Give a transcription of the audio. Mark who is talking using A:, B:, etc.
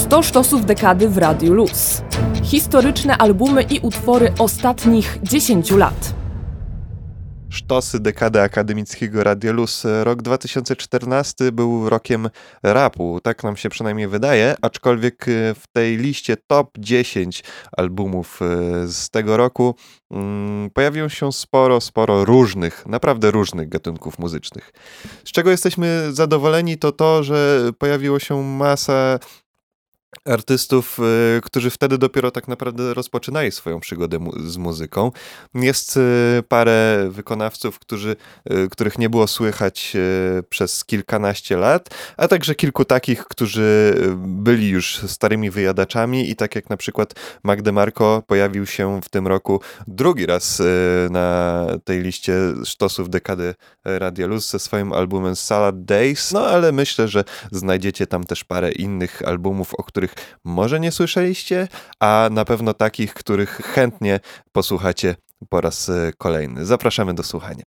A: 100 sztosów dekady w Radiu Luz. Historyczne albumy i utwory ostatnich 10 lat.
B: Sztosy dekady akademickiego Radia Luz. Rok 2014 był rokiem rapu, tak nam się przynajmniej wydaje, aczkolwiek w tej liście top 10 albumów z tego roku pojawiło się sporo różnych, naprawdę różnych gatunków muzycznych. Z czego jesteśmy zadowoleni, to to, że pojawiło się masa artystów, którzy wtedy dopiero tak naprawdę rozpoczynali swoją przygodę z muzyką. Jest parę wykonawców, których nie było słychać przez kilkanaście lat, a także kilku takich, którzy byli już starymi wyjadaczami i tak jak na przykład Mac DeMarco pojawił się w tym roku drugi raz na tej liście sztosów dekady Radia Luz ze swoim albumem Salad Days, no ale myślę, że znajdziecie tam też parę innych albumów, o których może nie słyszeliście, a na pewno takich, których chętnie posłuchacie po raz kolejny. Zapraszamy do słuchania.